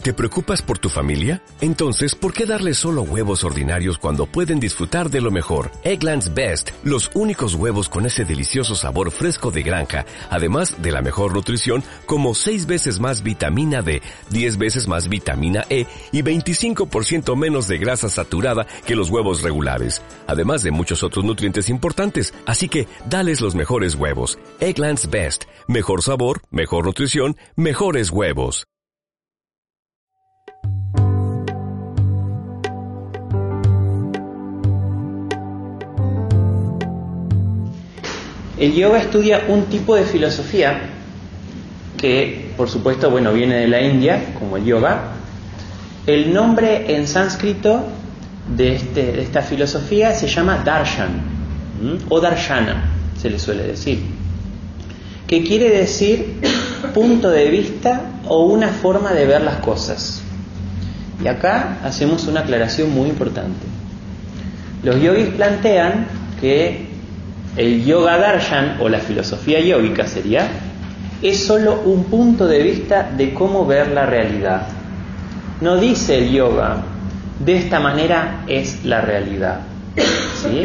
¿Te preocupas por tu familia? Entonces, ¿por qué darles solo huevos ordinarios cuando pueden disfrutar de lo mejor? Eggland's Best, los únicos huevos con ese delicioso sabor fresco de granja, además de la mejor nutrición, como 6 veces más vitamina D, 10 veces más vitamina E y 25% menos de grasa saturada que los huevos regulares, además de muchos otros nutrientes importantes. Así que, dales los mejores huevos. Eggland's Best, mejor sabor, mejor nutrición, mejores huevos. El yoga estudia un tipo de filosofía que, por supuesto, viene de la India, como el yoga. El nombre en sánscrito de esta filosofía se llama darshan, o darshana, se le suele decir, que quiere decir punto de vista o una forma de ver las cosas. Y acá hacemos una aclaración muy importante. Los yogis plantean que el yoga darshan, o la filosofía yógica es solo un punto de vista de cómo ver la realidad. No dice el yoga, de esta manera es la realidad. ¿Sí?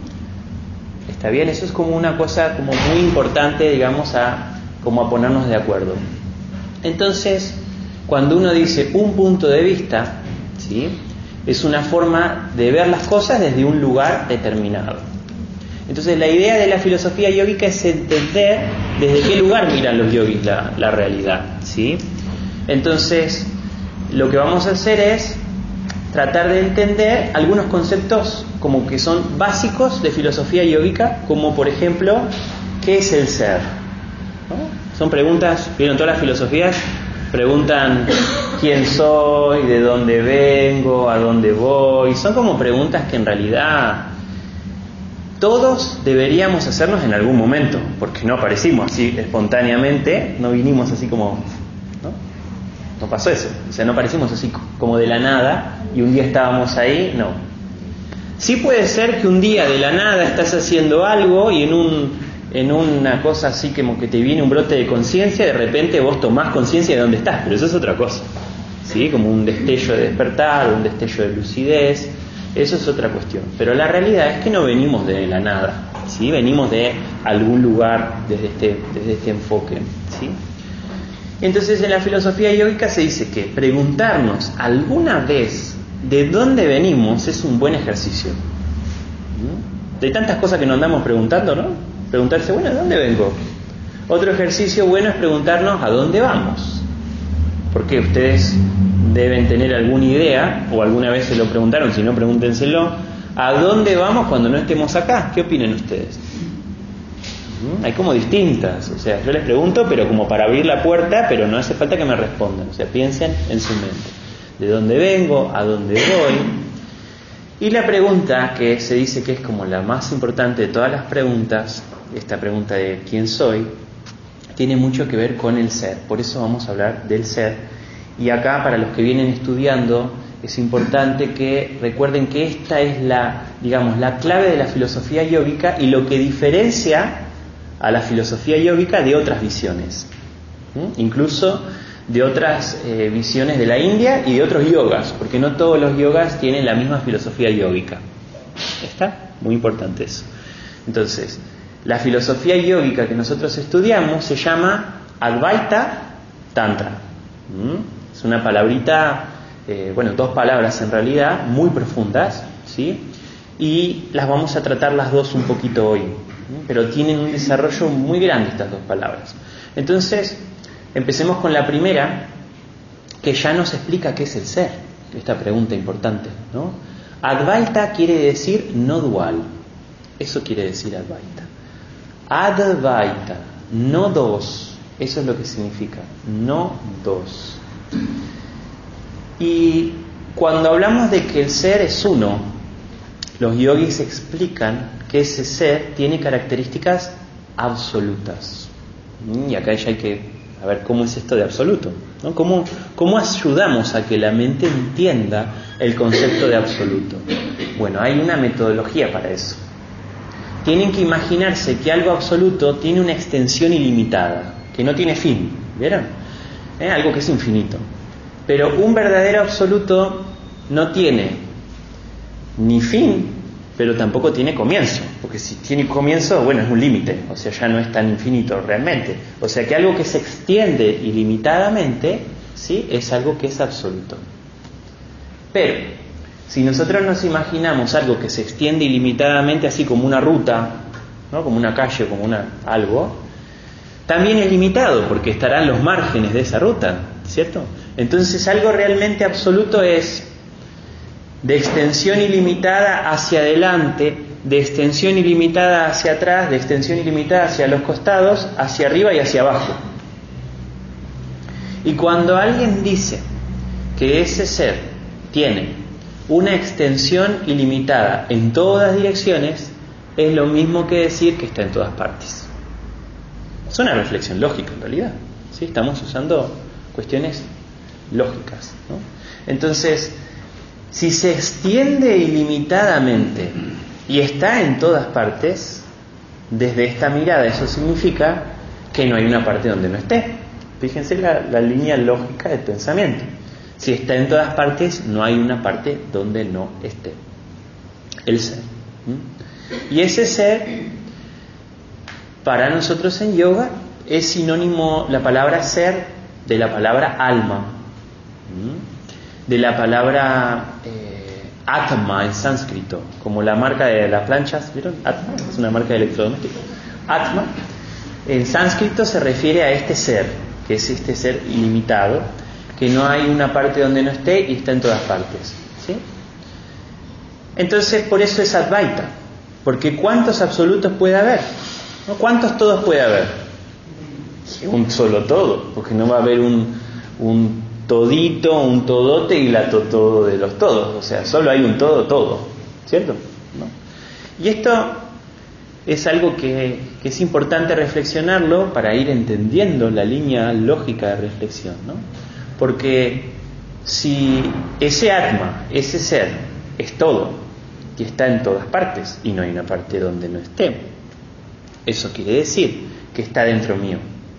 ¿Está bien? Eso es como una cosa como muy importante, digamos, como a ponernos de acuerdo. Entonces, cuando uno dice un punto de vista, ¿sí?, es una forma de ver las cosas desde un lugar determinado. Entonces la idea de la filosofía yógica es entender desde qué lugar miran los yogis la realidad, ¿sí? Entonces lo que vamos a hacer es tratar de entender algunos conceptos como que son básicos de filosofía yógica, como por ejemplo, ¿qué es el ser? ¿No? Son preguntas, ¿vieron todas las filosofías? Preguntan quién soy, de dónde vengo, a dónde voy. Son como preguntas que en realidad todos deberíamos hacernos en algún momento, porque no aparecimos así espontáneamente, no vinimos así como, no pasó eso, o sea, no aparecimos así como de la nada y un día estábamos ahí, no. Sí puede ser que un día de la nada estás haciendo algo y en una cosa así como que te viene un brote de conciencia, de repente vos tomás conciencia de dónde estás, pero eso es otra cosa, ¿sí? Como un destello de despertar, un destello de lucidez. Eso es otra cuestión. Pero la realidad es que no venimos de la nada, ¿sí? Venimos de algún lugar desde este enfoque, ¿sí? Entonces en la filosofía yógica se dice que preguntarnos alguna vez de dónde venimos es un buen ejercicio. De tantas cosas que nos andamos preguntando, ¿no? Preguntarse, ¿de dónde vengo? Otro ejercicio bueno es preguntarnos a dónde vamos. Porque ustedes deben tener alguna idea, o alguna vez se lo preguntaron, si no, pregúntenselo, ¿a dónde vamos cuando no estemos acá? ¿Qué opinan ustedes? Hay como distintas, o sea, yo les pregunto, pero como para abrir la puerta, pero no hace falta que me respondan, o sea, piensen en su mente. ¿De dónde vengo? ¿A dónde voy? Y la pregunta que se dice que es como la más importante de todas las preguntas, esta pregunta de ¿quién soy?, tiene mucho que ver con el ser. Por eso vamos a hablar del ser. Y acá, para los que vienen estudiando, es importante que recuerden que esta es la clave de la filosofía yógica y lo que diferencia a la filosofía yógica de otras visiones, incluso de otras visiones de la India y de otros yogas, porque no todos los yogas tienen la misma filosofía yógica. ¿Está? Muy importante eso. Entonces, la filosofía yógica que nosotros estudiamos se llama Advaita Tantra. Es una palabrita, dos palabras en realidad, muy profundas, ¿sí? Y las vamos a tratar las dos un poquito hoy, pero tienen un desarrollo muy grande estas dos palabras. Entonces, empecemos con la primera, que ya nos explica qué es el ser, esta pregunta importante, ¿no? Advaita quiere decir no dual, eso quiere decir Advaita. Advaita, no dos, eso es lo que significa, no dos. Y cuando hablamos de que el ser es uno, los yogis explican que ese ser tiene características absolutas. Y acá ya hay que ver cómo es esto de absoluto, ¿no? ¿Cómo ayudamos a que la mente entienda el concepto de absoluto? Bueno, hay una metodología para eso. Tienen que imaginarse que algo absoluto tiene una extensión ilimitada, que no tiene fin, ¿vieron? Algo que es infinito. Pero un verdadero absoluto no tiene ni fin, pero tampoco tiene comienzo, porque si tiene comienzo, bueno, es un límite, o sea, ya no es tan infinito realmente. O sea que algo que se extiende ilimitadamente, ¿sí?, es algo que es absoluto. Pero si nosotros nos imaginamos algo que se extiende ilimitadamente, así como una ruta, ¿no?, como una calle, como algo, también es limitado, porque estarán los márgenes de esa ruta, ¿cierto? Entonces algo realmente absoluto es de extensión ilimitada hacia adelante, de extensión ilimitada hacia atrás, de extensión ilimitada hacia los costados, hacia arriba y hacia abajo. Y cuando alguien dice que ese ser tiene una extensión ilimitada en todas direcciones, es lo mismo que decir que está en todas partes. Es una reflexión lógica en realidad, ¿sí? Estamos usando cuestiones lógicas, ¿no? Entonces, si se extiende ilimitadamente y está en todas partes, desde esta mirada eso significa que no hay una parte donde no esté. Fíjense la línea lógica del pensamiento. Si está en todas partes, no hay una parte donde no esté. El ser. Y ese ser, para nosotros en yoga, es sinónimo, la palabra ser, de la palabra alma, de la palabra Atma en sánscrito, como la marca de las planchas, ¿vieron? Atma es una marca de electrodomésticos. Atma en sánscrito se refiere a este ser, que es este ser ilimitado, que no hay una parte donde no esté y está en todas partes, ¿sí? Entonces por eso es Advaita, porque ¿cuántos absolutos puede haber? ¿No? ¿Cuántos todos puede haber? Un solo todo, porque no va a haber un todito, un todote y la todo de los todos, o sea, solo hay un todo, ¿cierto? ¿No? Y esto es algo que es importante reflexionarlo para ir entendiendo la línea lógica de reflexión, ¿no? Porque si ese Atma, ese ser, es todo y está en todas partes y no hay una parte donde no esté, eso quiere decir que está dentro mío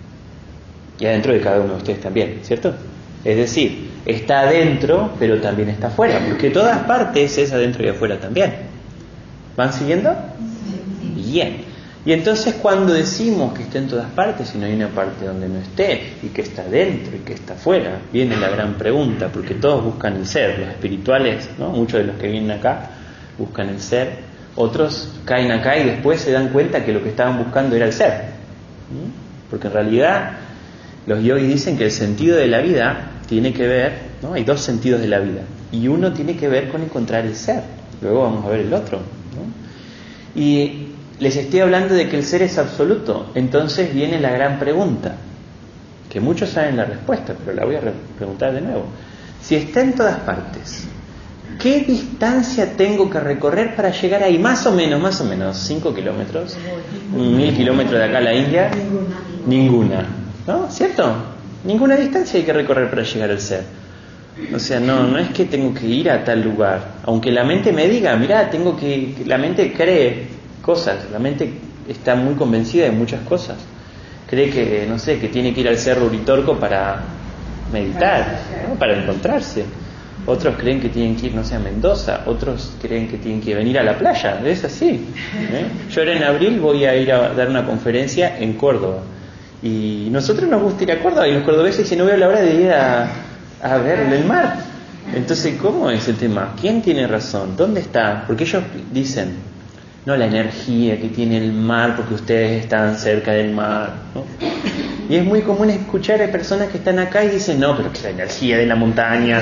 y adentro de cada uno de ustedes también, ¿cierto? Es decir, está adentro, pero también está afuera, porque todas partes es adentro y afuera también. ¿Van siguiendo? Bien. Y entonces cuando decimos que está en todas partes y no hay una parte donde no esté, y que está dentro y que está afuera, viene la gran pregunta, porque todos buscan el ser, los espirituales, ¿no? Muchos de los que vienen acá buscan el ser, otros caen acá y después se dan cuenta que lo que estaban buscando era el ser, porque en realidad los yogis dicen que el sentido de la vida tiene que ver, ¿no? Hay dos sentidos de la vida, y uno tiene que ver con encontrar el ser, luego vamos a ver el otro, ¿no? Y les estoy hablando de que el ser es absoluto. Entonces viene la gran pregunta, que muchos saben la respuesta, pero la voy a preguntar de nuevo. Si está en todas partes, ¿qué distancia tengo que recorrer para llegar ahí? Más o menos 5 kilómetros, 1000 kilómetros de acá a la India. Ninguna, ¿no? ¿Cierto? Ninguna distancia hay que recorrer para llegar al ser. O sea, no es que tengo que ir a tal lugar, aunque la mente me diga, mirá, la mente cree cosas, la mente está muy convencida de muchas cosas, cree que, no sé, que tiene que ir al Cerro Uritorco para meditar, ¿no? Para encontrarse. Otros creen que tienen que ir, no sé, a Mendoza, otros creen que tienen que venir a la playa, es así, ¿eh? Yo ahora en abril voy a ir a dar una conferencia en Córdoba, y nosotros nos gusta ir a Córdoba, y los cordobeses dicen, no veo la hora de ir a ver el mar. Entonces, ¿cómo es el tema? ¿Quién tiene razón? ¿Dónde está? Porque ellos dicen, no, la energía que tiene el mar porque ustedes están cerca del mar, ¿no? Y es muy común escuchar a personas que están acá y dicen, no, pero que la energía de la montaña.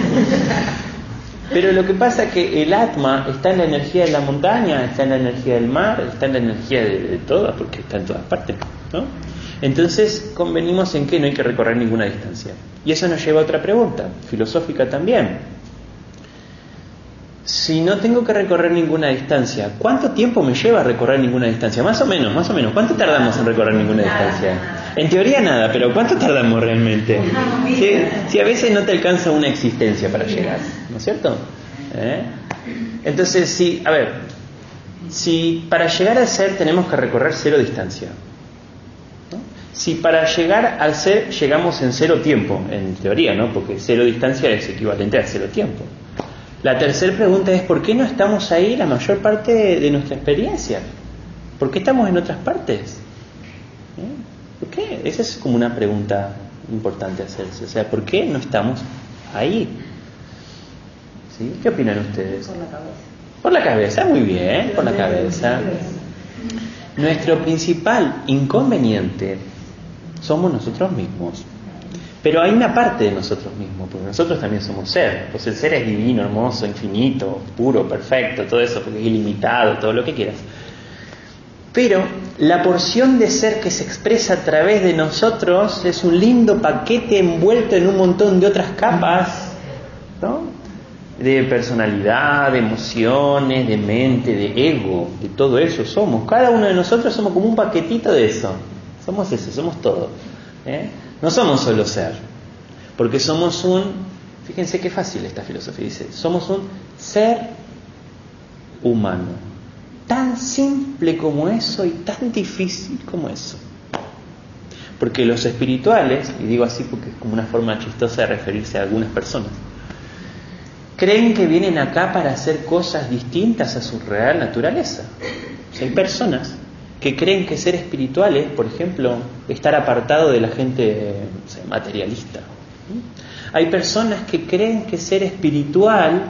Pero lo que pasa es que el Atma está en la energía de la montaña, está en la energía del mar, está en la energía de todo, porque está en todas partes, ¿no? Entonces convenimos en que no hay que recorrer ninguna distancia. Y eso nos lleva a otra pregunta, filosófica también. Si no tengo que recorrer ninguna distancia, ¿cuánto tiempo me lleva a recorrer ninguna distancia? Más o menos. ¿Cuánto tardamos en recorrer ninguna distancia? En teoría nada, pero ¿cuánto tardamos realmente? Si a veces no te alcanza una existencia para llegar, ¿no es cierto? Entonces, si para llegar al ser tenemos que recorrer cero distancia, ¿no? si para llegar al ser llegamos en 0 tiempo, en teoría, ¿no? Porque 0 distancia es equivalente a 0 tiempo. La tercera pregunta es: ¿por qué no estamos ahí la mayor parte de nuestra experiencia? ¿Por qué estamos en otras partes? ¿Por qué? Esa es como una pregunta importante hacerse. O sea, ¿por qué no estamos ahí? ¿Sí? ¿Qué opinan ustedes? Por la cabeza. Por la cabeza, muy bien, por la cabeza. Nuestro principal inconveniente somos nosotros mismos. Pero hay una parte de nosotros mismos, porque nosotros también somos ser. Pues el ser es divino, hermoso, infinito, puro, perfecto, todo eso, porque es ilimitado, todo lo que quieras. Pero la porción de ser que se expresa a través de nosotros es un lindo paquete envuelto en un montón de otras capas, ¿no? De personalidad, de emociones, de mente, de ego, de todo eso somos. Cada uno de nosotros somos como un paquetito de eso. Somos eso, somos todo. No somos solo ser, porque somos fíjense qué fácil esta filosofía, dice, somos un ser humano. Tan simple como eso y tan difícil como eso. Porque los espirituales, y digo así porque es como una forma chistosa de referirse a algunas personas, creen que vienen acá para hacer cosas distintas a su real naturaleza. O sea, hay personas que creen que ser espiritual es, por ejemplo, estar apartado de la gente, no sé, materialista. Hay personas que creen que ser espiritual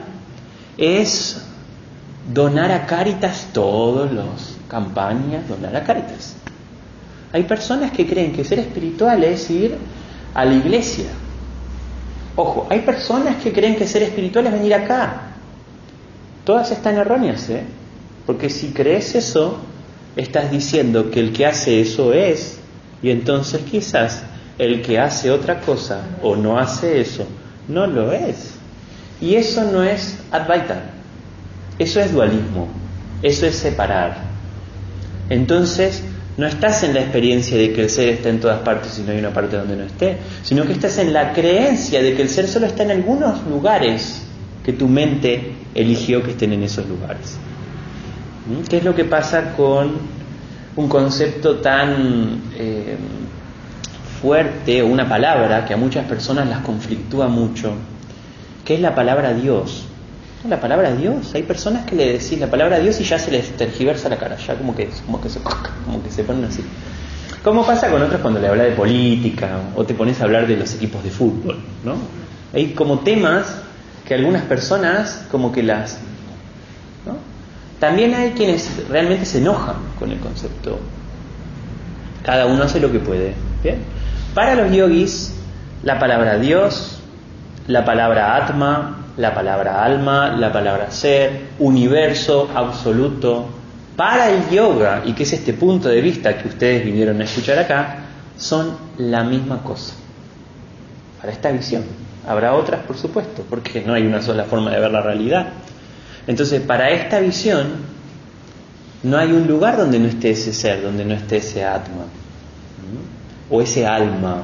es donar a Cáritas todas las campañas, donar a Cáritas. Hay personas que creen que ser espiritual es ir a la iglesia. Ojo, hay personas que creen que ser espiritual es venir acá. Todas están erróneas, porque si crees eso, estás diciendo que el que hace eso es, y entonces quizás el que hace otra cosa o no hace eso, no lo es. Y eso no es Advaita, eso es dualismo, eso es separar. Entonces no estás en la experiencia de que el ser está en todas partes y no hay una parte donde no esté, sino que estás en la creencia de que el ser solo está en algunos lugares que tu mente eligió que estén en esos lugares. ¿Qué es lo que pasa con un concepto tan fuerte, o una palabra que a muchas personas las conflictúa mucho, que es la palabra Dios? La palabra Dios, hay personas que le decís la palabra Dios y ya se les tergiversa la cara, ya como que se ponen así. ¿Cómo pasa con otros cuando le hablas de política o te pones a hablar de los equipos de fútbol, ¿no? Hay como temas que algunas personas como que las... ¿no? También hay quienes realmente se enojan con el concepto. Cada uno hace lo que puede. ¿Bien? Para los yogis, la palabra Dios, la palabra Atma, la palabra alma, la palabra ser, universo, absoluto, para el yoga, y que es este punto de vista que ustedes vinieron a escuchar acá, son la misma cosa. Para esta visión. Habrá otras, por supuesto, porque no hay una sola forma de ver la realidad. Entonces, para esta visión, no hay un lugar donde no esté ese ser, donde no esté ese Atma, o ese alma.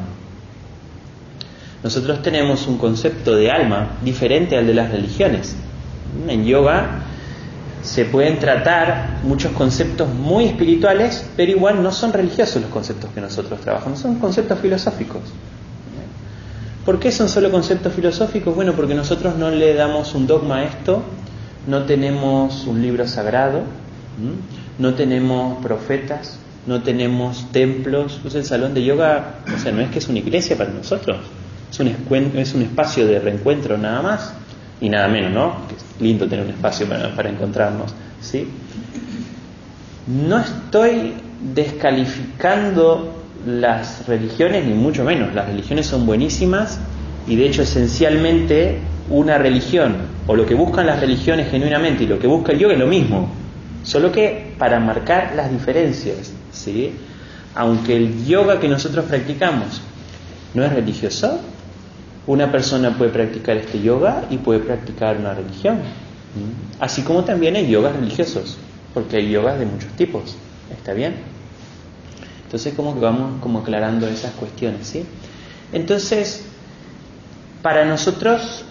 Nosotros tenemos un concepto de alma diferente al de las religiones. En yoga se pueden tratar muchos conceptos muy espirituales, pero igual no son religiosos los conceptos que nosotros trabajamos, son conceptos filosóficos. ¿Por qué son solo conceptos filosóficos? Bueno, porque nosotros no le damos un dogma a esto, no tenemos un libro sagrado, no tenemos profetas, no tenemos templos. Pues el salón de yoga, o sea, no es que es una iglesia para nosotros, es un espacio de reencuentro nada más y nada menos, ¿no? Que es lindo tener un espacio para encontrarnos, ¿sí? No estoy descalificando las religiones, ni mucho menos. Las religiones son buenísimas y de hecho esencialmente una religión, o lo que buscan las religiones genuinamente y lo que busca el yoga es lo mismo, solo que para marcar las diferencias, ¿sí? Aunque el yoga que nosotros practicamos no es religioso, una persona puede practicar este yoga y puede practicar una religión, así como también hay yogas religiosos, porque hay yogas de muchos tipos. ¿Está bien? Entonces como que vamos como aclarando esas cuestiones, ¿sí? Entonces, para nosotros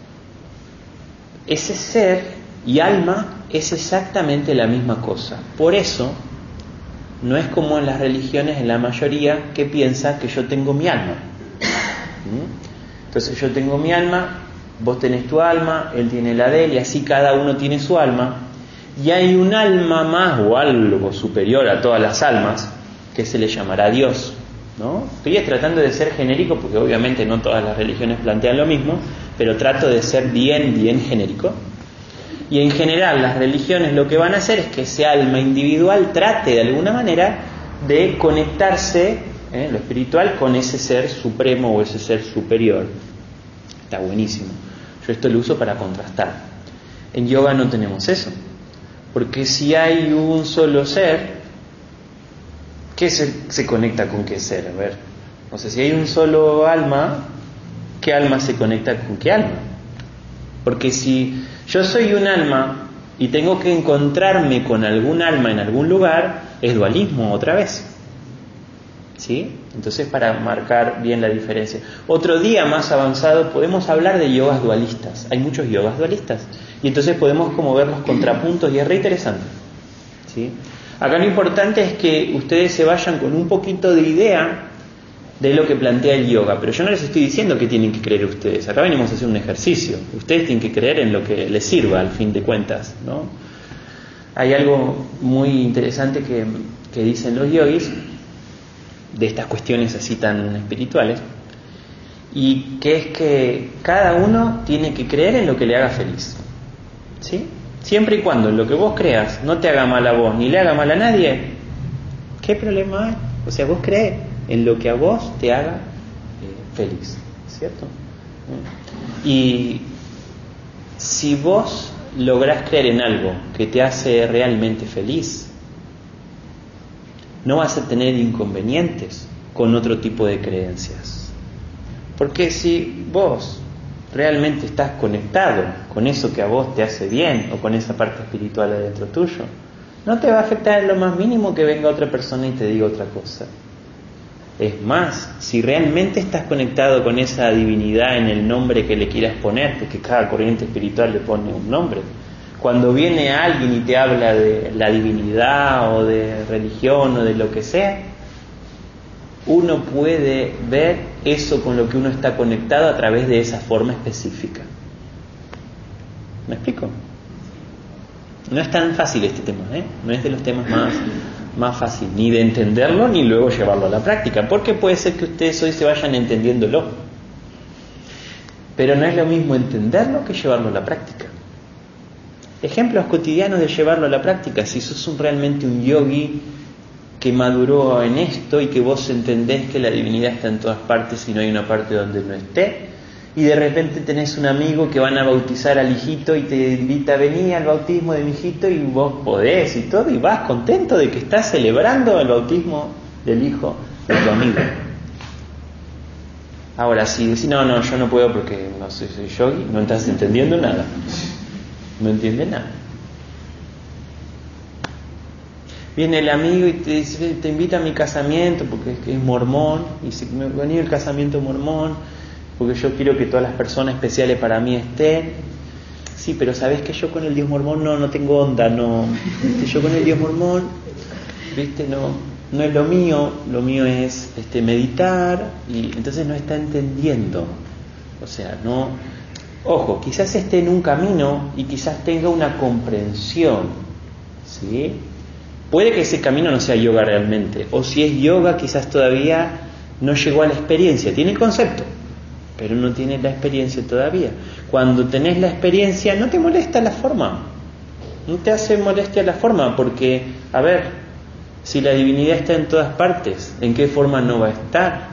ese ser y alma es exactamente la misma cosa. Por eso no es como en las religiones, en la mayoría, que piensa que yo tengo mi alma. Entonces yo tengo mi alma, vos tenés tu alma, él tiene la de él, y así cada uno tiene su alma, y hay un alma más o algo superior a todas las almas que se le llamará Dios, ¿no? Estoy tratando de ser genérico porque obviamente no todas las religiones plantean lo mismo, pero trato de ser bien genérico. Y en general las religiones lo que van a hacer es que ese alma individual trate de alguna manera de conectarse, lo espiritual, con ese ser supremo o ese ser superior. Está buenísimo. Yo esto lo uso para contrastar. En yoga no tenemos eso, porque si hay un solo ser, ¿qué se conecta con qué ser? A ver, no sé, si hay un solo alma, ¿qué alma se conecta con qué alma? Porque si yo soy un alma y tengo que encontrarme con algún alma en algún lugar, es dualismo otra vez. ¿Sí? Entonces, para marcar bien la diferencia. Otro día más avanzado podemos hablar de yogas dualistas. Hay muchos yogas dualistas. Y entonces podemos como ver los contrapuntos y es re interesante. ¿Sí? Acá lo importante es que ustedes se vayan con un poquito de idea de lo que plantea el yoga, pero yo no les estoy diciendo que tienen que creer ustedes. Acá venimos a hacer un ejercicio. Ustedes tienen que creer en lo que les sirva, al fin de cuentas, ¿no? Hay algo muy interesante que dicen los yogis de estas cuestiones así tan espirituales, y que es que cada uno tiene que creer en lo que le haga feliz, ¿sí? Siempre y cuando lo que vos creas no te haga mal a vos ni le haga mal a nadie, ¿qué problema hay? O sea, vos crees en lo que a vos te haga feliz, ¿cierto? Y si vos lográs creer en algo que te hace realmente feliz, no vas a tener inconvenientes con otro tipo de creencias. Porque si vos realmente estás conectado con eso que a vos te hace bien o con esa parte espiritual adentro tuyo, no te va a afectar en lo más mínimo que venga otra persona y te diga otra cosa. Es más, si realmente estás conectado con esa divinidad en el nombre que le quieras poner, porque cada corriente espiritual le pone un nombre, cuando viene alguien y te habla de la divinidad o de religión o de lo que sea, uno puede ver eso con lo que uno está conectado a través de esa forma específica. ¿Me explico? No es tan fácil este tema, no es de los temas más fácil, ni de entenderlo ni luego llevarlo a la práctica, porque puede ser que ustedes hoy se vayan entendiéndolo, pero no es lo mismo entenderlo que llevarlo a la práctica. Ejemplos cotidianos de llevarlo a la práctica. Si sos realmente un yogi que maduró en esto y que vos entendés que la divinidad está en todas partes y no hay una parte donde no esté, y de repente tenés un amigo que van a bautizar al hijito y te invita a venir al bautismo de mi hijito, y vos podés y todo, y vas contento de que estás celebrando el bautismo del hijo de tu amigo. Ahora, si decís, no, yo no puedo porque no soy yogi, no estás entendiendo nada. No entiende nada. Viene el amigo y te dice, te invita a mi casamiento porque es mormón, y dice, me va a venir el casamiento mormón porque yo quiero que todas las personas especiales para mí estén. Sí, pero sabes que yo con el Dios mormón no tengo onda, no. Yo con el Dios mormón, viste, no es lo mío es meditar, y entonces no está entendiendo. O sea, no. Ojo, quizás esté en un camino y quizás tenga una comprensión, ¿sí? Puede que ese camino no sea yoga realmente, o si es yoga quizás todavía no llegó a la experiencia, tiene el concepto, pero no tiene la experiencia todavía. Cuando tenés la experiencia no te molesta la forma, no te hace molestia la forma, porque, a ver, si la divinidad está en todas partes, ¿en qué forma no va a estar?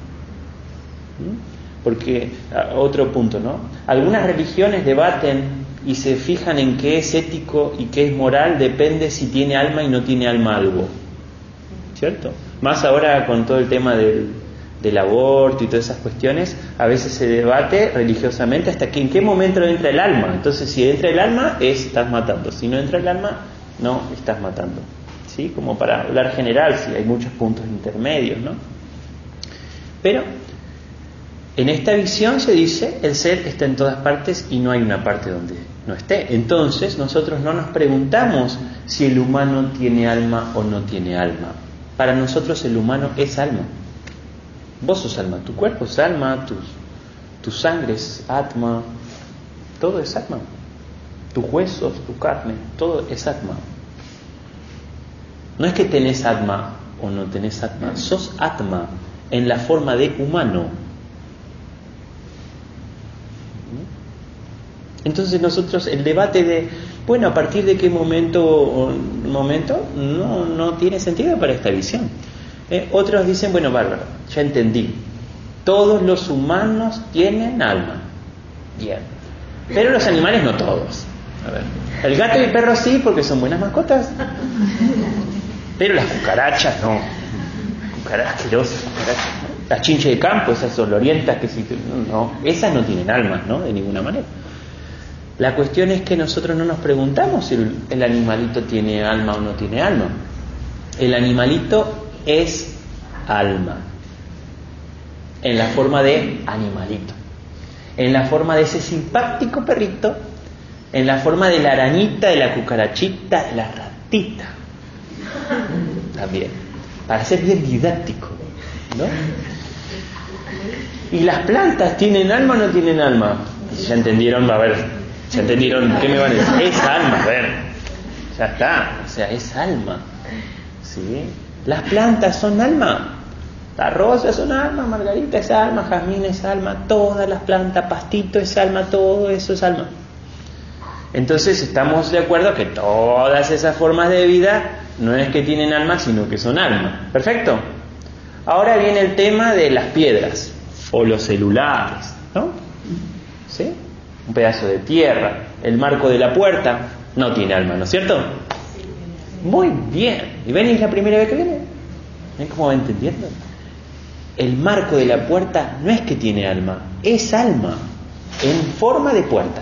Porque, otro punto, ¿no? Algunas religiones debaten y se fijan en qué es ético y qué es moral, depende si tiene alma y no tiene alma algo, ¿cierto? Más ahora con todo el tema del aborto y todas esas cuestiones, a veces se debate religiosamente hasta que en qué momento entra el alma. Entonces, si entra el alma, estás matando. Si no entra el alma, no estás matando. ¿Sí? Como para hablar general, sí, hay muchos puntos intermedios, ¿no? Pero en esta visión se dice, el ser está en todas partes y no hay una parte donde no esté. Entonces nosotros no nos preguntamos si el humano tiene alma o no tiene alma. Para nosotros el humano es alma. Vos sos alma, tu cuerpo es alma, tu sangre es atma, todo es atma. Tus huesos, tu carne, todo es atma. No es que tenés atma o no tenés atma, sos atma en la forma de humano. Entonces nosotros el debate de, bueno, a partir de qué momento no tiene sentido para esta visión. Otros dicen, bueno, bárbaro, ya entendí, todos los humanos tienen alma. Bien, pero los animales no todos. A ver, el gato y el perro sí, porque son buenas mascotas, pero las cucarachas no. Cucarachas asquerosas, cucarachas, ¿no? Las chinches de campo, esas olorientas que sí, no, esas no tienen alma, ¿no? De ninguna manera. La cuestión es que nosotros no nos preguntamos si el animalito tiene alma o no tiene alma. El animalito es alma, en la forma de animalito, en la forma de ese simpático perrito, en la forma de la arañita, de la cucarachita, de la ratita. También, para ser bien didáctico, ¿no? ¿Y las plantas tienen alma o no tienen alma? Ya entendieron, a ver. ¿Ya entendieron qué me van a decir? Es alma, a ver. Ya está, o sea, es alma. ¿Sí? Las plantas son alma. La rosa es un alma, margarita es alma, jazmín es alma, todas las plantas, pastito es alma, todo eso es alma. Entonces estamos de acuerdo que todas esas formas de vida no es que tienen alma, sino que son alma. ¿Perfecto? Ahora viene el tema de las piedras o los celulares, ¿no? ¿Sí? Un pedazo de tierra, el marco de la puerta, no tiene alma, ¿no es cierto? Muy bien. ¿Y ven? ¿Es la primera vez que viene? ¿Ven cómo va entendiendo? El marco de la puerta no es que tiene alma, es alma en forma de puerta.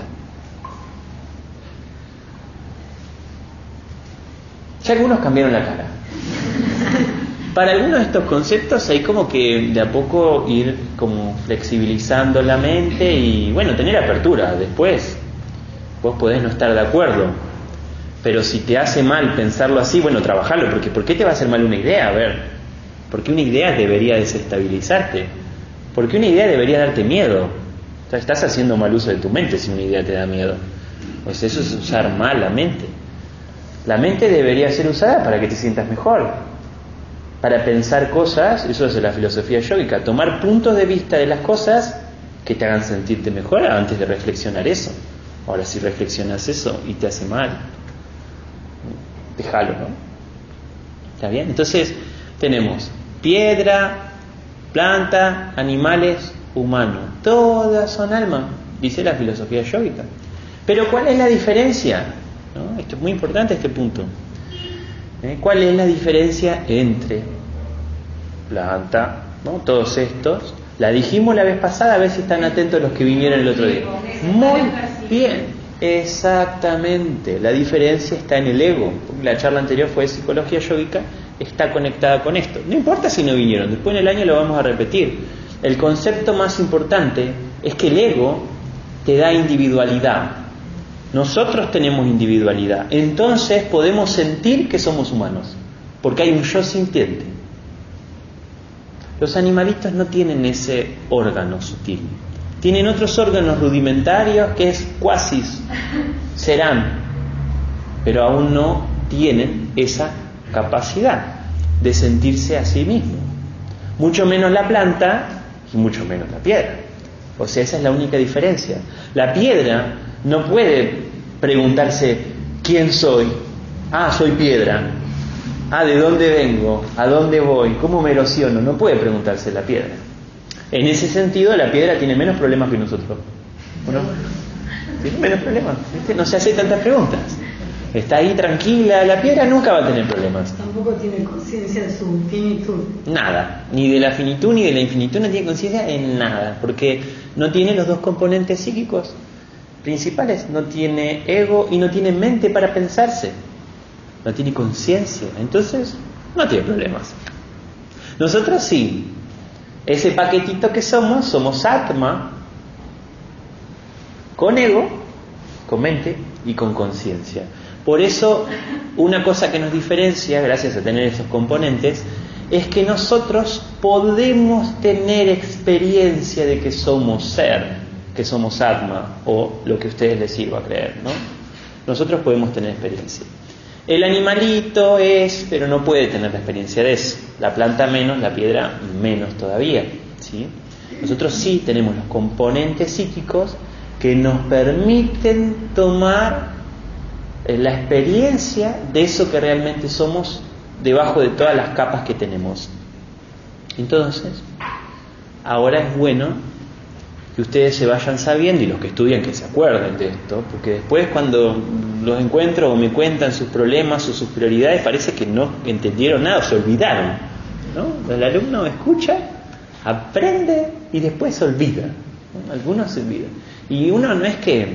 Ya algunos cambiaron la cara. Para algunos de estos conceptos hay como que de a poco ir como flexibilizando la mente y bueno, tener apertura. Después vos podés no estar de acuerdo, pero si te hace mal pensarlo así, bueno, trabajarlo, porque ¿por qué te va a hacer mal una idea? A ver, porque una idea debería desestabilizarte, porque una idea debería darte miedo. O sea, estás haciendo mal uso de tu mente si una idea te da miedo. Pues eso es usar mal la mente. La mente debería ser usada para que te sientas mejor, para pensar cosas, eso es la filosofía yógica, tomar puntos de vista de las cosas que te hagan sentirte mejor antes de reflexionar eso. Ahora, si reflexionas eso y te hace mal, déjalo, ¿no? ¿Está bien? Entonces, tenemos piedra, planta, animales, humano. Todas son alma, dice la filosofía yógica. Pero ¿cuál es la diferencia? ¿No? Esto es muy importante, este punto. ¿Cuál es la diferencia entre planta, ¿no? Todos estos? La dijimos la vez pasada, a ver si están atentos los que vinieron el otro día. Muy bien, exactamente. La diferencia está en el ego. La charla anterior fue de psicología yógica, está conectada con esto. No importa si no vinieron, después en el año lo vamos a repetir. El concepto más importante es que el ego te da individualidad. Nosotros tenemos individualidad, entonces podemos sentir que somos humanos, porque hay un yo sintiente. Los animalitos no tienen ese órgano sutil, tienen otros órganos rudimentarios que es cuasis, serán, pero aún no tienen esa capacidad de sentirse a sí mismo, mucho menos la planta y mucho menos la piedra. O sea, esa es la única diferencia. La piedra no puede preguntarse ¿quién soy? Ah, soy piedra. Ah, ¿de dónde vengo? ¿A dónde voy? ¿Cómo me erosiono? No puede preguntarse la piedra. En ese sentido, la piedra tiene menos problemas que nosotros. ¿O no? Tiene menos problemas, ¿viste? No se hace tantas preguntas. Está ahí tranquila, la piedra nunca va a tener problemas. Tampoco tiene conciencia de su finitud. Nada, ni de la finitud ni de la infinitud no tiene conciencia en nada, porque no tiene los dos componentes psíquicos principales, no tiene ego y no tiene mente para pensarse, no tiene conciencia, entonces no tiene problemas. Nosotros sí, ese paquetito que somos atma con ego con mente y con conciencia. Por eso, una cosa que nos diferencia, gracias a tener esos componentes, es que nosotros podemos tener experiencia de que somos ser, que somos Atma, o lo que a ustedes les sirva creer, ¿no? Nosotros podemos tener experiencia. El animalito es, pero no puede tener la experiencia de eso. La planta menos, la piedra menos todavía, ¿sí? Nosotros sí tenemos los componentes psíquicos que nos permiten tomar la experiencia de eso que realmente somos debajo de todas las capas que tenemos. Entonces, ahora es bueno que ustedes se vayan sabiendo, y los que estudian que se acuerden de esto, porque después cuando los encuentro o me cuentan sus problemas o sus prioridades, parece que no entendieron nada o se olvidaron, ¿no? El alumno escucha, aprende y después se olvida, ¿no? Algunos se olvidan. Y uno no es que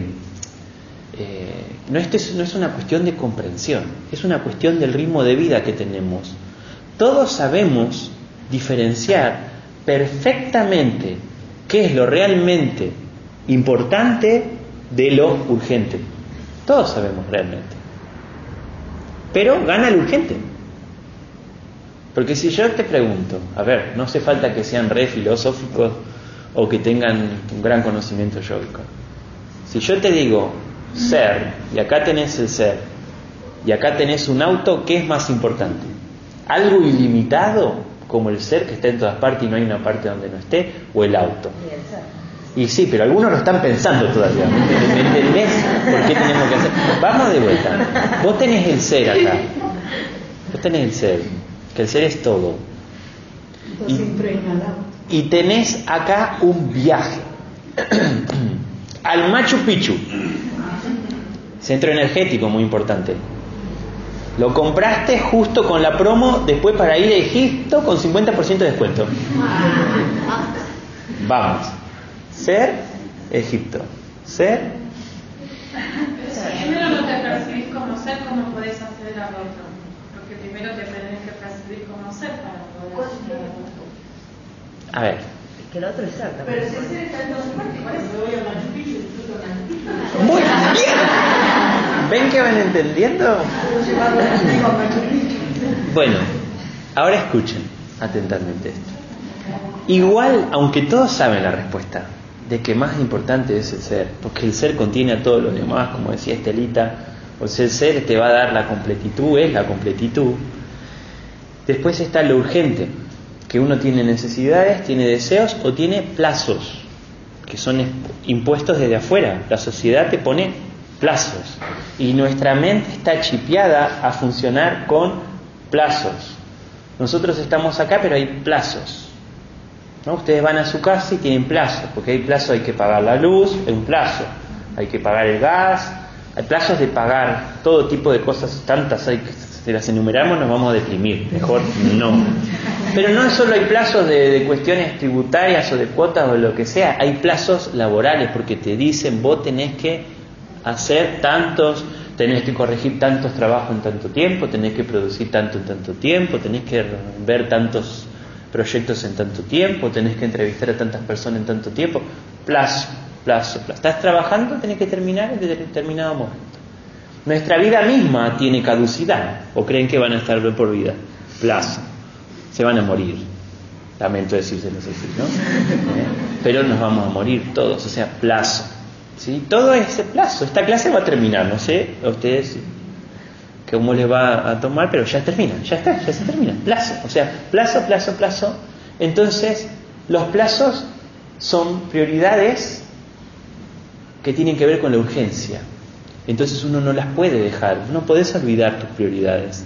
no es una cuestión de comprensión, es una cuestión del ritmo de vida que tenemos. Todos sabemos diferenciar perfectamente qué es lo realmente importante de lo urgente. Todos sabemos realmente. Pero gana lo urgente. Porque si yo te pregunto, a ver, no hace falta que sean re filosóficos o que tengan un gran conocimiento yógico. Si yo te digo ser, y acá tenés el ser, y acá tenés un auto, ¿qué es más importante? ¿Algo ilimitado, como el ser que está en todas partes y no hay una parte donde no esté, o el auto? Y sí, pero algunos lo están pensando todavía. ¿Me entendés por qué tenemos que hacer? Vamos de vuelta. Vos tenés el ser acá. Vos tenés el ser, que el ser es todo. Y tenés acá un viaje al Machu Picchu, centro energético muy importante. Lo compraste justo con la promo después para ir a Egipto con 50% de descuento. Vamos. Ser, Egipto. Ser. Primero no te percibís como ser, ¿cómo podés acceder al otro? Porque primero te tenés que percibir como ser para poder acceder al otro. A ver. Es que el otro es ser también. Pero si ser está en todas partes, por eso voy a Machu Picchu, disfruto una. Muy bien. ¿Ven que van entendiendo? Bueno, ahora escuchen atentamente esto. Igual, aunque todos saben la respuesta de que más importante es el ser, porque el ser contiene a todos los demás, como decía Estelita, o sea, el ser te va a dar la completitud, es la completitud. Después está lo urgente, que uno tiene necesidades, tiene deseos o tiene plazos, que son impuestos desde afuera. La sociedad te pone plazos y nuestra mente está chipeada a funcionar con plazos. Nosotros estamos acá, pero hay plazos, ¿no? Ustedes van a su casa y tienen plazos, porque hay plazos, hay que pagar la luz, es un plazo, hay que pagar el gas, hay plazos de pagar todo tipo de cosas, tantas hay que, si las enumeramos nos vamos a deprimir, mejor no. Pero no solo hay plazos de cuestiones tributarias o de cuotas o lo que sea, hay plazos laborales, porque te dicen vos tenés que hacer tantos, tenés que corregir tantos trabajos en tanto tiempo, tenés que producir tanto en tanto tiempo, tenés que ver tantos proyectos en tanto tiempo, tenés que entrevistar a tantas personas en tanto tiempo. Plazo. Estás trabajando, tenés que terminar en determinado momento. Nuestra vida misma tiene caducidad, o creen que van a estar por vida. Plazo. Se van a morir. Lamento decírselos así, ¿no? Pero nos vamos a morir todos, o sea, plazo. ¿Sí? Todo ese plazo. Esta clase va a terminar, no sé a ustedes cómo les va a tomar, pero ya termina, ya se termina. Plazo, o sea, plazo. Entonces, los plazos son prioridades que tienen que ver con la urgencia. Entonces uno no las puede dejar, no podés olvidar tus prioridades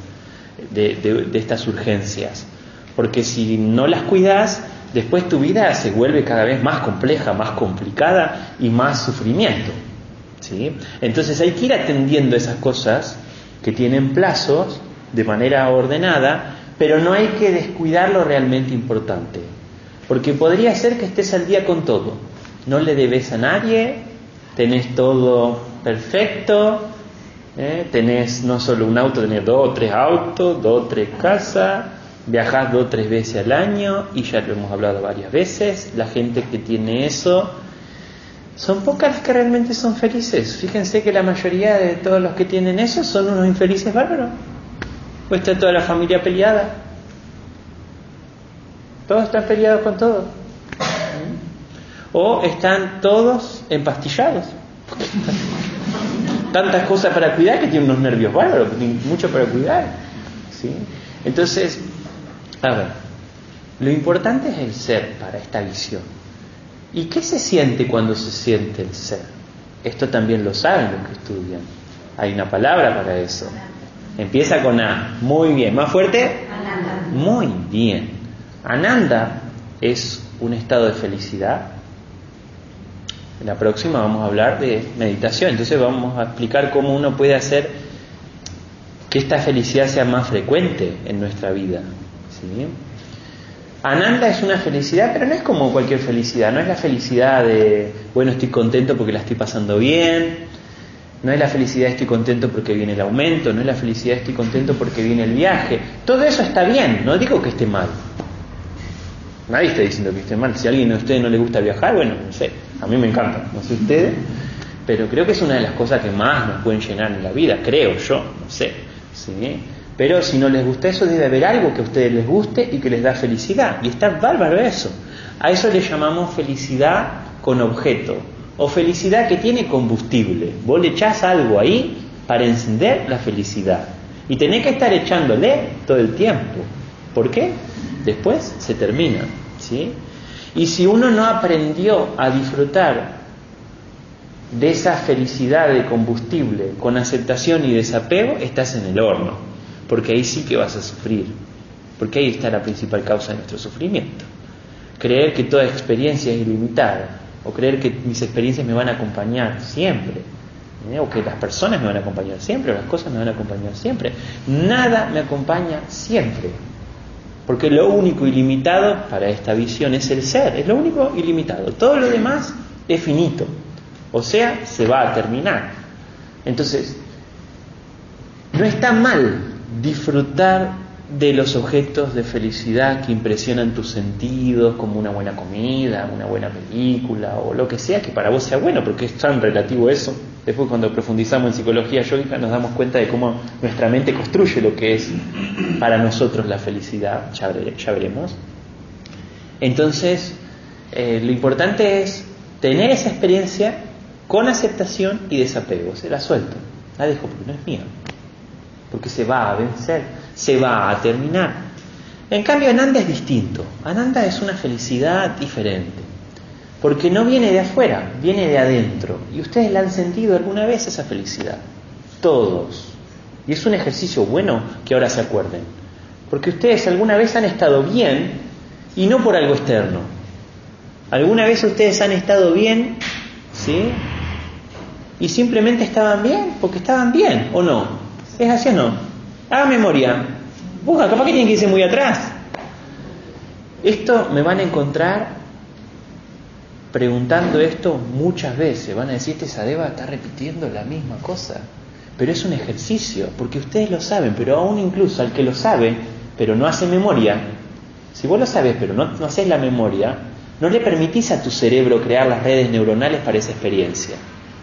de estas urgencias, porque si no las cuidas, después tu vida se vuelve cada vez más compleja, más complicada y más sufrimiento, ¿sí? Entonces hay que ir atendiendo esas cosas que tienen plazos de manera ordenada, pero no hay que descuidar lo realmente importante, porque podría ser que estés al día con todo, no le debes a nadie, tenés todo perfecto, tenés no solo un auto, tenés 2 o 3 autos, 2 o 3 casas, viajás 2 o 3 veces al año, y ya lo hemos hablado varias veces. La gente que tiene eso Son pocas las que realmente son felices. Fíjense que la mayoría de todos los que tienen eso son unos infelices bárbaros. O está toda la familia peleada. Todos están peleados con todos. O están todos empastillados. Tantas cosas para cuidar que tienen unos nervios bárbaros, mucho para cuidar. ¿Sí? Entonces, a ver, lo importante es el ser para esta visión. ¿Y qué se siente cuando se siente el ser? Esto también lo saben los que estudian. Hay una palabra para eso. Empieza con A. Muy bien. ¿Más fuerte? Ananda. Muy bien. Ananda es un estado de felicidad. En la próxima vamos a hablar de meditación. Entonces vamos a explicar cómo uno puede hacer que esta felicidad sea más frecuente en nuestra vida. ¿Sí? Ananda es una felicidad, pero no es como cualquier felicidad. No es la felicidad de, bueno, estoy contento porque la estoy pasando bien. No es la felicidad de estoy contento porque viene el aumento. No es la felicidad de estoy contento porque viene el viaje. Todo eso está bien, no digo que esté mal. Nadie está diciendo que esté mal. Si a alguien de ustedes no le gusta viajar, bueno, no sé, a mí me encanta, no sé ustedes, pero creo que es una de las cosas que más nos pueden llenar en la vida, creo yo, no sé, ¿sí? Pero si no les gusta eso, debe haber algo que a ustedes les guste y que les da felicidad, y está bárbaro eso. A eso le llamamos felicidad con objeto, o felicidad que tiene combustible. Vos le echás algo ahí para encender la felicidad, y tenés que estar echándole todo el tiempo. ¿Por qué? Después se termina, ¿sí? Y si uno no aprendió a disfrutar de esa felicidad de combustible con aceptación y desapego, estás en el horno, porque ahí sí que vas a sufrir, porque ahí está la principal causa de nuestro sufrimiento. Creer que toda experiencia es ilimitada, o creer que mis experiencias me van a acompañar siempre, o que las personas me van a acompañar siempre, o las cosas me van a acompañar siempre. Nada me acompaña siempre. Porque lo único ilimitado para esta visión es el ser, es lo único ilimitado. Todo lo demás es finito, o sea, se va a terminar. Entonces, no está mal disfrutar de los objetos de felicidad que impresionan tus sentidos, como una buena comida, una buena película, o lo que sea que para vos sea bueno, porque es tan relativo eso. Después, cuando profundizamos en psicología yógica, nos damos cuenta de cómo nuestra mente construye lo que es para nosotros la felicidad, ya veremos. Entonces, lo importante es tener esa experiencia con aceptación y desapego. Se la suelto, la dejo porque no es mía, porque se va a vencer, se va a terminar. En cambio, Ananda es distinto. Ananda es una felicidad diferente, porque no viene de afuera, viene de adentro. Y ustedes la han sentido alguna vez esa felicidad, todos. Y es un ejercicio bueno que ahora se acuerden, porque ustedes alguna vez han estado bien y no por algo externo. Alguna vez ustedes han estado bien, ¿sí? Y simplemente estaban bien porque estaban bien, ¿o no? ¿Es así o no? Haga memoria. Busca, capaz que tienen que irse muy atrás. Esto me van a encontrar preguntando esto muchas veces. Van a decir, este Sadeva está repitiendo la misma cosa. Pero es un ejercicio, porque ustedes lo saben, pero aún incluso al que lo sabe, pero no hace memoria. Si vos lo sabés, pero no haces la memoria, no le permitís a tu cerebro crear las redes neuronales para esa experiencia.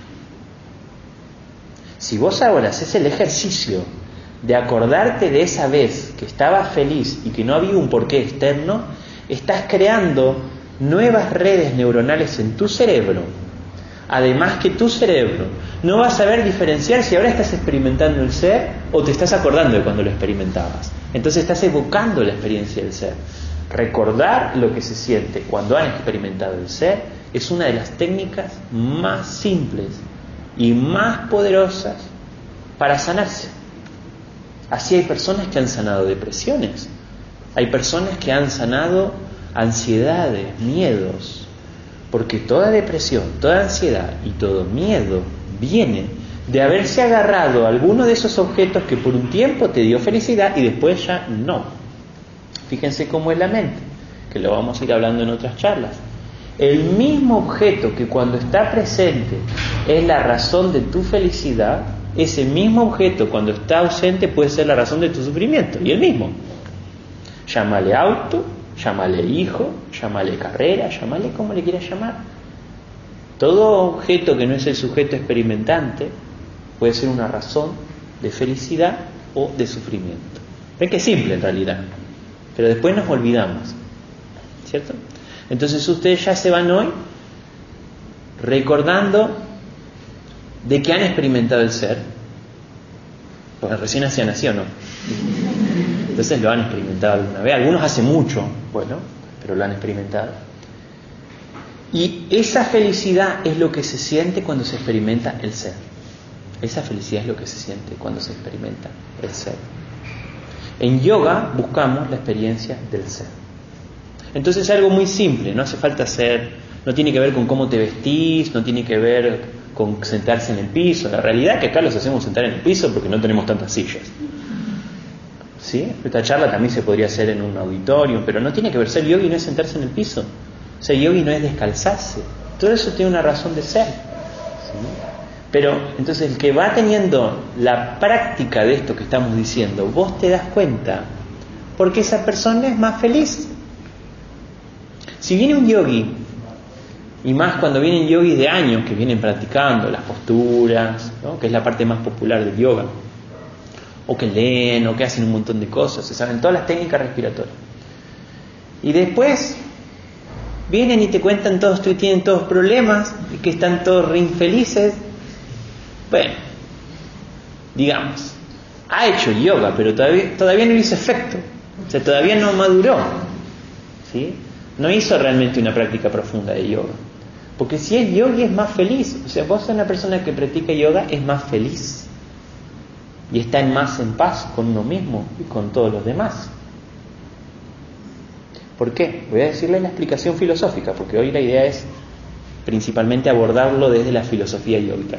Si vos ahora haces el ejercicio de acordarte de esa vez que estabas feliz y que no había un porqué externo, estás creando nuevas redes neuronales en tu cerebro. Además que tu cerebro no va a saber diferenciar si ahora estás experimentando el ser o te estás acordando de cuando lo experimentabas. Entonces estás evocando la experiencia del ser. Recordar lo que se siente cuando han experimentado el ser es una de las técnicas más simples y más poderosas para sanarse. Así hay personas que han sanado depresiones, hay personas que han sanado ansiedades, miedos, porque toda depresión, toda ansiedad y todo miedo viene de haberse agarrado a alguno de esos objetos que por un tiempo te dio felicidad y después ya no. Fíjense cómo es la mente, que lo vamos a ir hablando en otras charlas. El mismo objeto que cuando está presente es la razón de tu felicidad, ese mismo objeto cuando está ausente puede ser la razón de tu sufrimiento, y el mismo. Llámale auto, llámale hijo, llámale carrera, llámale como le quieras llamar. Todo objeto que no es el sujeto experimentante puede ser una razón de felicidad o de sufrimiento. Ven que es simple en realidad, pero después nos olvidamos, ¿cierto? Entonces ustedes ya se van hoy recordando de que han experimentado el ser, porque recién hacían así o no. Entonces lo han experimentado alguna vez, algunos hace mucho, bueno, pero lo han experimentado. Y esa felicidad es lo que se siente cuando se experimenta el ser. Esa felicidad es lo que se siente cuando se experimenta el ser. En yoga buscamos la experiencia del ser. Entonces es algo muy simple, no hace falta ser, no tiene que ver con cómo te vestís, no tiene que ver con sentarse en el piso. La realidad es que acá los hacemos sentar en el piso porque no tenemos tantas sillas. ¿Sí? Esta charla también se podría hacer en un auditorio, pero no tiene que ver. Ser yogi no es sentarse en el piso. Ser yogi no es descalzarse. Todo eso tiene una razón de ser. ¿Sí? Pero entonces el que va teniendo la práctica de esto que estamos diciendo, vos te das cuenta porque esa persona es más feliz. Si viene un yogi, y más cuando vienen yogis de años que vienen practicando las posturas, ¿no? Que es la parte más popular del yoga, o que leen, o que hacen un montón de cosas, se saben todas las técnicas respiratorias, y después vienen y te cuentan todos que tienen todos problemas y que están todos re infelices. Bueno, digamos, ha hecho yoga, pero todavía no hizo efecto, o sea, todavía no maduró, ¿sí? No hizo realmente una práctica profunda de yoga. Porque si es yogi es más feliz. O sea, vos sos una persona que practica yoga, es más feliz. Y está más en paz con uno mismo y con todos los demás. ¿Por qué? Voy a decirle la explicación filosófica, porque hoy la idea es principalmente abordarlo desde la filosofía yógica.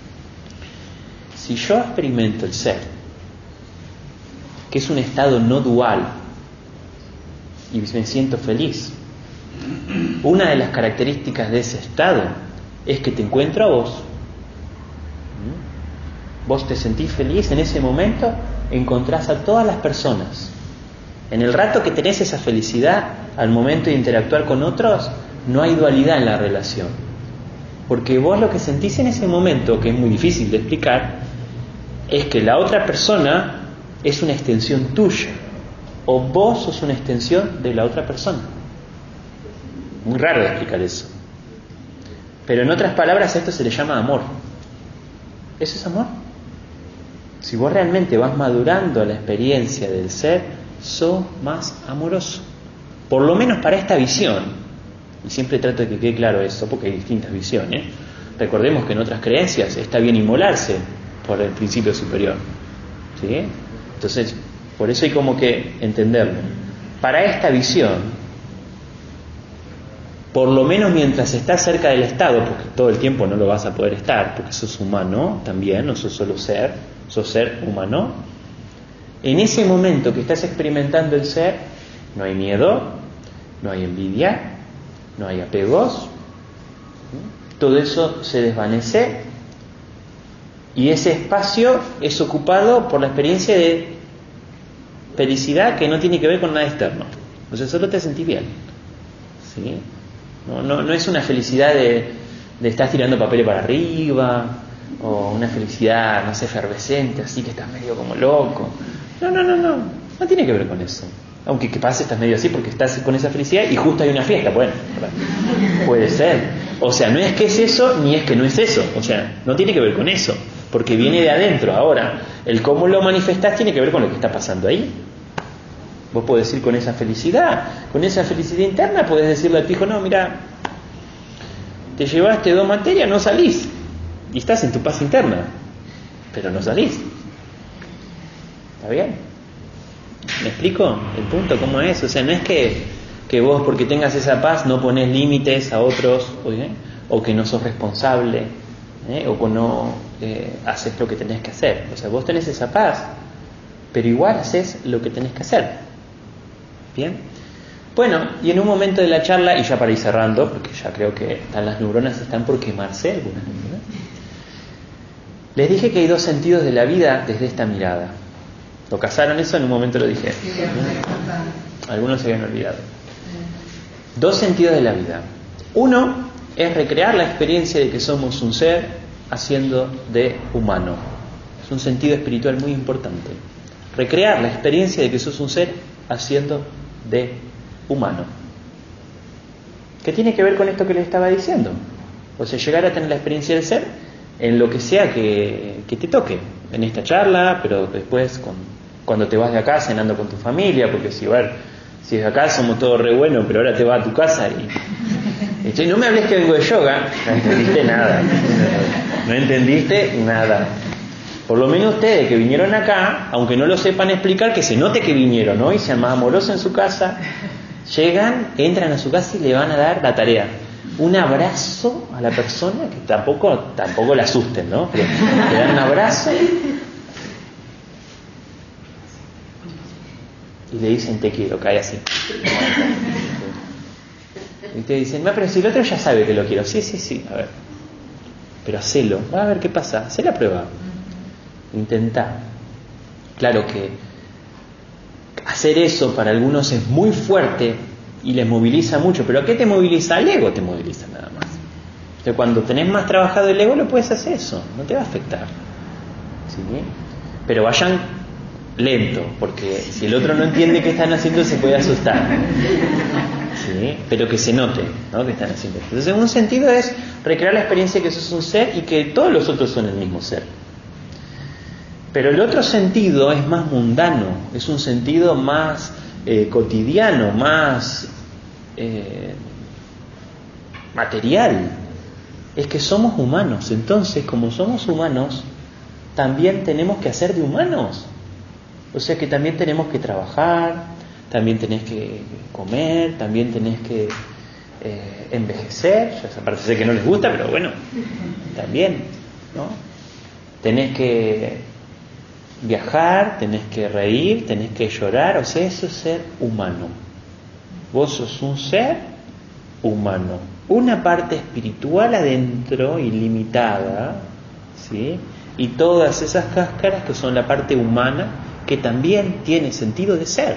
Si yo experimento el ser, que es un estado no dual, y me siento feliz, una de las características de ese estado es que te encuentro a vos. Vos te sentís feliz en ese momento, encontrás a todas las personas. En el rato que tenés esa felicidad, al momento de interactuar con otros, no hay dualidad en la relación. Porque vos lo que sentís en ese momento, que es muy difícil de explicar, es que la otra persona es una extensión tuya, o vos sos una extensión de la otra persona. Muy raro de explicar eso. Pero en otras palabras, a esto se le llama amor. ¿Eso es amor? Si vos realmente vas madurando la experiencia del ser, sos más amoroso. Por lo menos para esta visión. Y siempre trato de que quede claro eso, porque hay distintas visiones. Recordemos que en otras creencias está bien inmolarse por el principio superior. ¿Sí? Entonces, por eso hay como que entenderlo. Para esta visión, por lo menos mientras estás cerca del estado, porque todo el tiempo no lo vas a poder estar, porque sos humano también, no sos solo ser, sos ser humano. En ese momento que estás experimentando el ser, no hay miedo, no hay envidia, no hay apegos, todo eso se desvanece y ese espacio es ocupado por la experiencia de felicidad que no tiene que ver con nada externo. O sea, solo te sentís bien, ¿sí? No es una felicidad de estar tirando papeles para arriba, o una felicidad, no sé, efervescente, así que estás medio como loco. No tiene que ver con eso. Aunque que pase estás medio así porque estás con esa felicidad y justo hay una fiesta, bueno, puede ser. O sea, no es que es eso ni es que no es eso. O sea, no tiene que ver con eso, porque viene de adentro. Ahora, el cómo lo manifestás tiene que ver con lo que está pasando ahí. Vos podés ir con esa felicidad interna, podés decirle al pijo, no, mira, te llevaste 2 materias, no salís, y estás en tu paz interna, pero no salís. ¿Está bien? ¿Me explico el punto? ¿Cómo es? O sea, no es que vos porque tengas esa paz no ponés límites a otros, o que no sos responsable, o que no haces lo que tenés que hacer. O sea, vos tenés esa paz, pero igual haces lo que tenés que hacer. Bien, bueno, y en un momento de la charla, y ya para ir cerrando, porque ya creo que las neuronas están por quemarse, algunas neuronas, les dije que hay 2 sentidos de la vida desde esta mirada. ¿Lo cazaron eso? En un momento lo dije. Algunos se habían olvidado. 2 sentidos de la vida. Uno es recrear la experiencia de que somos un ser haciendo de humano. Es un sentido espiritual muy importante. Recrear la experiencia de que sos un ser haciendo de humano. ¿Qué tiene que ver con esto que les estaba diciendo? O sea, llegar a tener la experiencia del ser en lo que sea que te toque. En esta charla, pero después cuando te vas de acá cenando con tu familia, porque si es de acá somos todos re buenos, pero ahora te vas a tu casa y no me hables que vengo de yoga. No entendiste nada. No entendiste nada. Por lo menos ustedes que vinieron acá, aunque no lo sepan explicar, que se note que vinieron, ¿no? Y sean más amorosos en su casa. Llegan, entran a su casa y le van a dar la tarea. Un abrazo a la persona, que tampoco la asusten, ¿no? Pero le dan un abrazo y le dicen te quiero, cae así. Y te dicen, pero si el otro ya sabe que lo quiero. Sí, a ver. Pero hacelo, va a ver qué pasa, hacé la prueba. Intentá. Claro que hacer eso para algunos es muy fuerte y les moviliza mucho, pero ¿qué te moviliza? El ego te moviliza nada más. Entonces cuando tenés más trabajado el ego lo puedes hacer eso, no te va a afectar. ¿Sí? Pero vayan lento, porque si el otro no entiende qué están haciendo se puede asustar. ¿Sí? Pero que se note, ¿no?, que están haciendo. Entonces en un sentido es recrear la experiencia de que sos un ser y que todos los otros son el mismo ser. Pero el otro sentido es más mundano, es un sentido más cotidiano, más material. Es que somos humanos, entonces como somos humanos también tenemos que hacer de humanos. O sea que también tenemos que trabajar, también tenés que comer, también tenés que envejecer. Ya parece que no les gusta, pero bueno, también, ¿no? Tenés que viajar, tenés que reír, tenés que llorar. O sea, eso es ser humano. Vos sos un ser humano, una parte espiritual adentro, ilimitada, ¿sí? Y todas esas cáscaras que son la parte humana, que también tiene sentido de ser.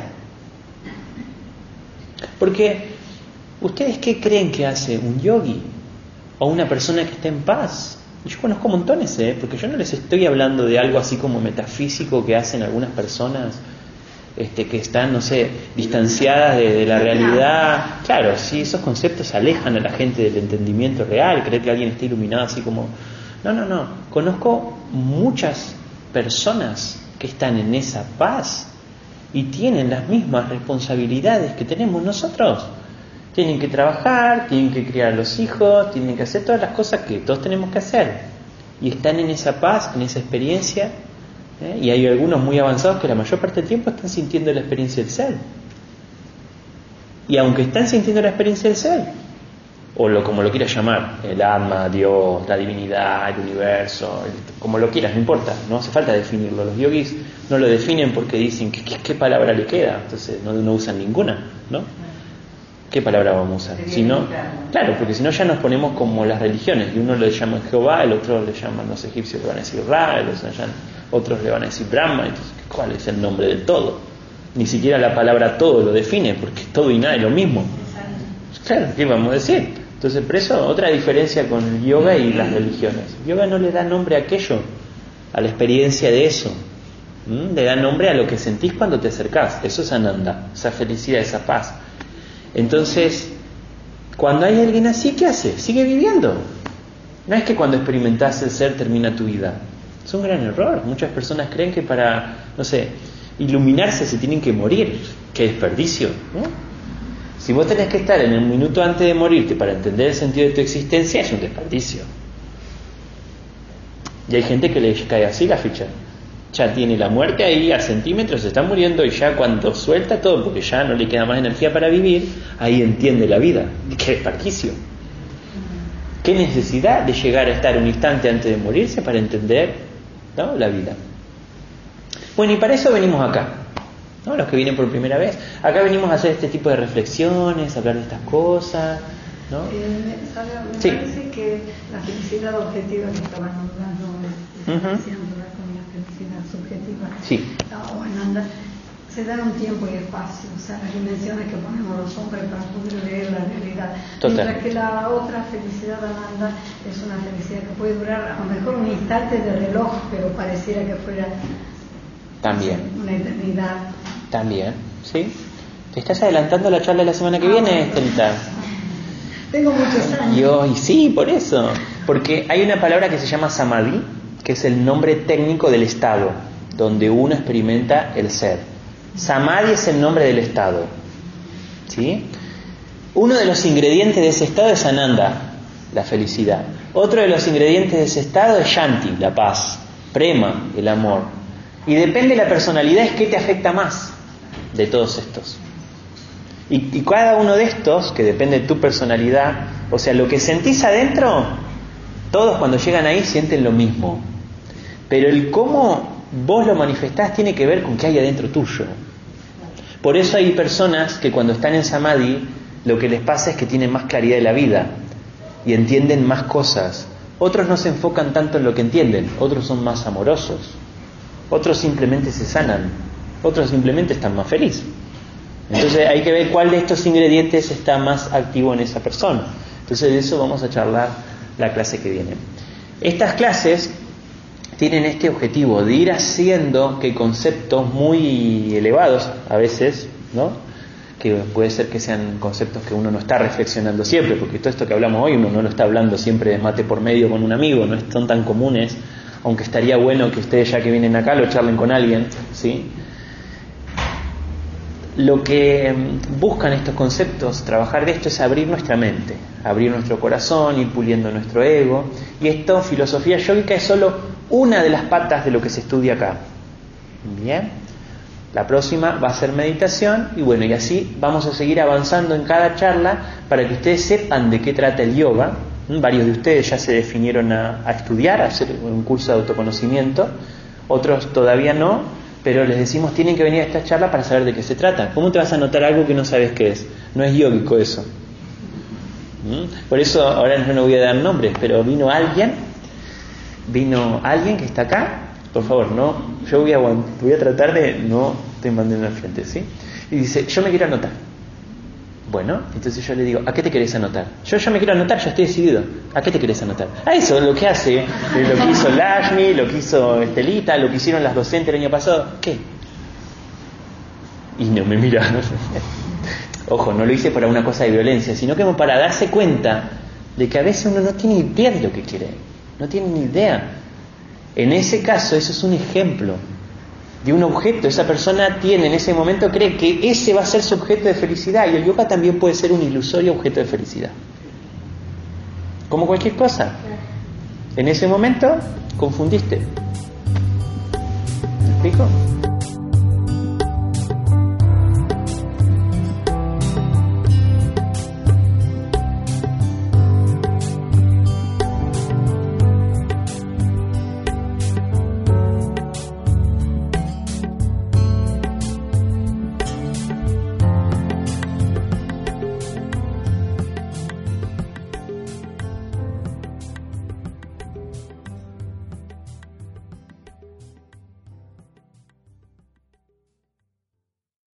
Porque ¿ustedes qué creen que hace un yogi o una persona que está en paz? Yo conozco montones, porque yo no les estoy hablando de algo así como metafísico que hacen algunas personas que están, no sé, distanciadas de la realidad. Claro, sí, esos conceptos alejan a la gente del entendimiento real, creer que alguien está iluminado así como... No. Conozco muchas personas que están en esa paz y tienen las mismas responsabilidades que tenemos nosotros. Tienen que trabajar, tienen que criar a los hijos, tienen que hacer todas las cosas que todos tenemos que hacer. Y están en esa paz, en esa experiencia. Y hay algunos muy avanzados que la mayor parte del tiempo están sintiendo la experiencia del ser. Y aunque están sintiendo la experiencia del ser, o como lo quieras llamar, el alma, Dios, la divinidad, el universo, como lo quieras, no importa, no hace falta definirlo. Los yogis no lo definen porque dicen ¿qué palabra le queda? Entonces no usan ninguna, ¿no? ¿Qué palabra vamos a usar? Si no, claro, porque si no ya nos ponemos como las religiones, y uno le llama Jehová, el otro le llaman, los egipcios le van a decir Ra, otros le van a decir Brahma. Entonces, ¿cuál es el nombre del todo? Ni siquiera la palabra todo lo define, porque todo y nada es lo mismo. Claro, ¿qué vamos a decir? Entonces, por eso, otra diferencia con el yoga y las religiones. El yoga no le da nombre a aquello, a la experiencia de eso. Le da nombre a lo que sentís cuando te acercás. Eso es Ananda, esa felicidad, esa paz. Entonces, cuando hay alguien así, ¿qué hace? Sigue viviendo. No es que cuando experimentás el ser termina tu vida. Es un gran error. Muchas personas creen que para, no sé, iluminarse se tienen que morir. ¡Qué desperdicio! ¿No? Si vos tenés que estar en el minuto antes de morirte para entender el sentido de tu existencia, es un desperdicio. Y hay gente que le cae así la ficha. Ya tiene la muerte ahí a centímetros, se está muriendo, y ya cuando suelta todo, porque ya no le queda más energía para vivir, ahí entiende la vida. ¡Qué desperdicio! ¿Qué necesidad de llegar a estar un instante antes de morirse para entender, ¿no?, la vida? Bueno, y para eso venimos acá, ¿no? Los que vienen por primera vez. Acá venimos a hacer este tipo de reflexiones, a hablar de estas cosas, ¿no? Me Sí. parece que la felicidad objetiva que estaban hablando, subjetiva, Sí. o Ananda, se da un tiempo y espacio, o sea, las dimensiones que ponemos los hombres para poder leer la realidad. Total. Mientras que la otra felicidad, Ananda, es una felicidad que puede durar a lo mejor un instante de reloj, pero pareciera que fuera También. una eternidad. También, ¿sí? ¿Te estás adelantando la charla de la semana que viene, Estelita? Tengo muchos años. Y sí, por eso. Porque hay una palabra que se llama samadhi, que es el nombre técnico del estado, donde uno experimenta el ser. Samadhi es el nombre del estado, ¿sí? Uno de los ingredientes de ese estado es Ananda, la felicidad. Otro de los ingredientes de ese estado es Shanti, la paz. Prema, el amor. Y depende de la personalidad, es qué te afecta más de todos estos. Y cada uno de estos, que depende de tu personalidad, o sea, lo que sentís adentro, todos cuando llegan ahí sienten lo mismo. Pero el cómo vos lo manifestás tiene que ver con qué hay adentro tuyo. Por eso hay personas que cuando están en Samadhi, lo que les pasa es que tienen más claridad de la vida y entienden más cosas. Otros no se enfocan tanto en lo que entienden, otros son más amorosos, otros simplemente se sanan, otros simplemente están más felices. Entonces hay que ver cuál de estos ingredientes está más activo en esa persona. Entonces de eso vamos a charlar la clase que viene. Estas clases tienen este objetivo de ir haciendo que conceptos muy elevados a veces, ¿no? Que puede ser que sean conceptos que uno no está reflexionando siempre, porque todo esto que hablamos hoy uno no lo está hablando siempre de mate por medio con un amigo, no son tan comunes, aunque estaría bueno que ustedes ya que vienen acá lo charlen con alguien, ¿sí? Lo que buscan estos conceptos, trabajar de esto, es abrir nuestra mente, abrir nuestro corazón, ir puliendo nuestro ego. Y esto, filosofía yógica, es solo una de las patas de lo que se estudia acá. Bien, la próxima va a ser meditación, y bueno, y así vamos a seguir avanzando en cada charla para que ustedes sepan de qué trata el yoga. Varios de ustedes ya se definieron a estudiar, a hacer un curso de autoconocimiento, otros todavía no. Pero les decimos, tienen que venir a esta charla para saber de qué se trata. ¿Cómo te vas a anotar algo que no sabes qué es? No es yógico eso. Por eso ahora no voy a dar nombres, pero vino alguien que está acá. Por favor, no, yo voy a tratar de no te manden al frente, ¿sí? Y dice, yo me quiero anotar. Bueno, entonces yo le digo, ¿a qué te querés anotar? Yo me quiero anotar, ya estoy decidido. ¿A qué te querés anotar? A eso, lo que hace, lo que hizo Lashmi, lo que hizo Estelita, lo que hicieron las docentes el año pasado. ¿Qué? Y no me mira. Ojo, no lo hice para una cosa de violencia, sino que para darse cuenta de que a veces uno no tiene idea de lo que quiere. No tiene ni idea. En ese caso, eso es un ejemplo de un objeto. Esa persona tiene en ese momento, cree que ese va a ser su objeto de felicidad, y el yoga también puede ser un ilusorio objeto de felicidad, como cualquier cosa. En ese momento confundiste. ¿Me explico?